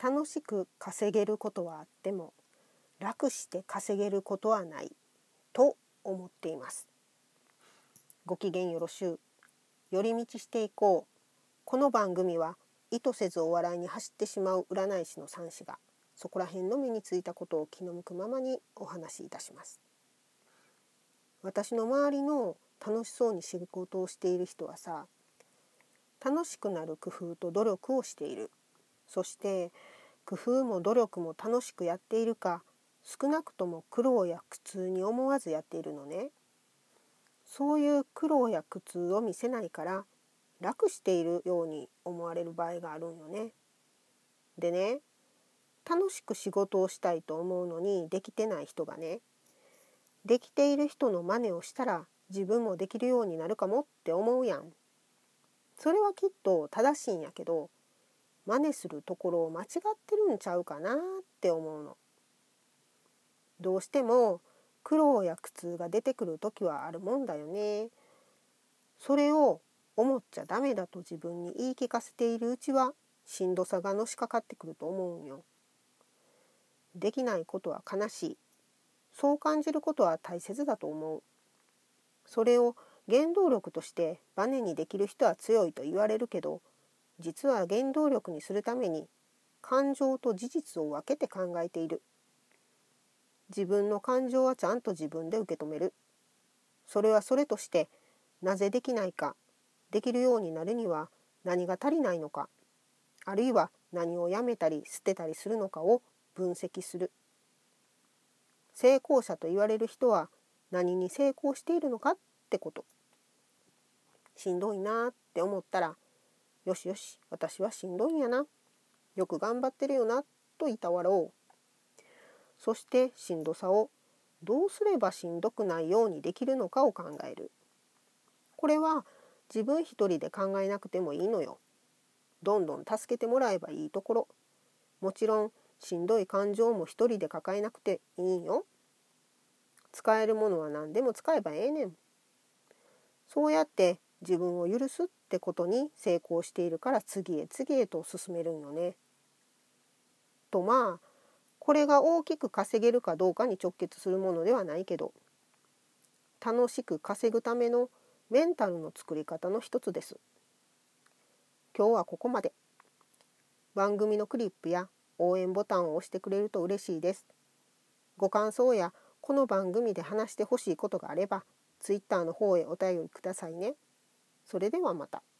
楽しく稼げることはあっても楽して稼げることはないと思っています。ご機嫌よろしゅう。寄り道していこう。この番組は意図せずお笑いに走ってしまう占い師の三子がそこら辺の目についたことを気の向くままにお話しいたします。私の周りの楽しそうに仕事をしている人はさ、楽しくなる工夫と努力をしている。そして工夫も努力も楽しくやっているか、少なくとも苦労や苦痛に思わずやっているのね。そういう苦労や苦痛を見せないから楽しているように思われる場合があるんよね。でね、楽しく仕事をしたいと思うのにできてない人がね、できている人の真似をしたら自分もできるようになるかもって思うやん。それはきっと正しいんやけど、真似するところを間違ってるんちゃうかなって思うの。どうしても苦労や苦痛が出てくる時はあるもんだよね。それを思っちゃダメだと自分に言い聞かせているうちはしんどさがのしかかってくると思うんよ。できないことは悲しい。そう感じることは大切だと思う。それを原動力としてバネにできる人は強いと言われるけど、実は原動力にするために感情と事実を分けて考えている。自分の感情はちゃんと自分で受け止める。それはそれとしてなぜできないか、できるようになるには何が足りないのか、あるいは何をやめたり捨てたりするのかを分析する。成功者と言われる人は何に成功しているのかってこと。しんどいなって思ったら、よしよし、私はしんどいんやな、よく頑張ってるよなといたわろう。そしてしんどさをどうすればしんどくないようにできるのかを考える。これは自分一人で考えなくてもいいのよ。どんどん助けてもらえばいいところ。もちろんしんどい感情も一人で抱えなくていいんよ。使えるものは何でも使えばええねん。そうやって自分を許すってことに成功しているから次へ次へと進めるんよね。とこれが大きく稼げるかどうかに直結するものではないけど、楽しく稼ぐためのメンタルの作り方の一つです。今日はここまで。番組のクリップや応援ボタンを押してくれると嬉しいです。ご感想やこの番組で話してほしいことがあれば、Twitter の方へお便りくださいね。それではまた。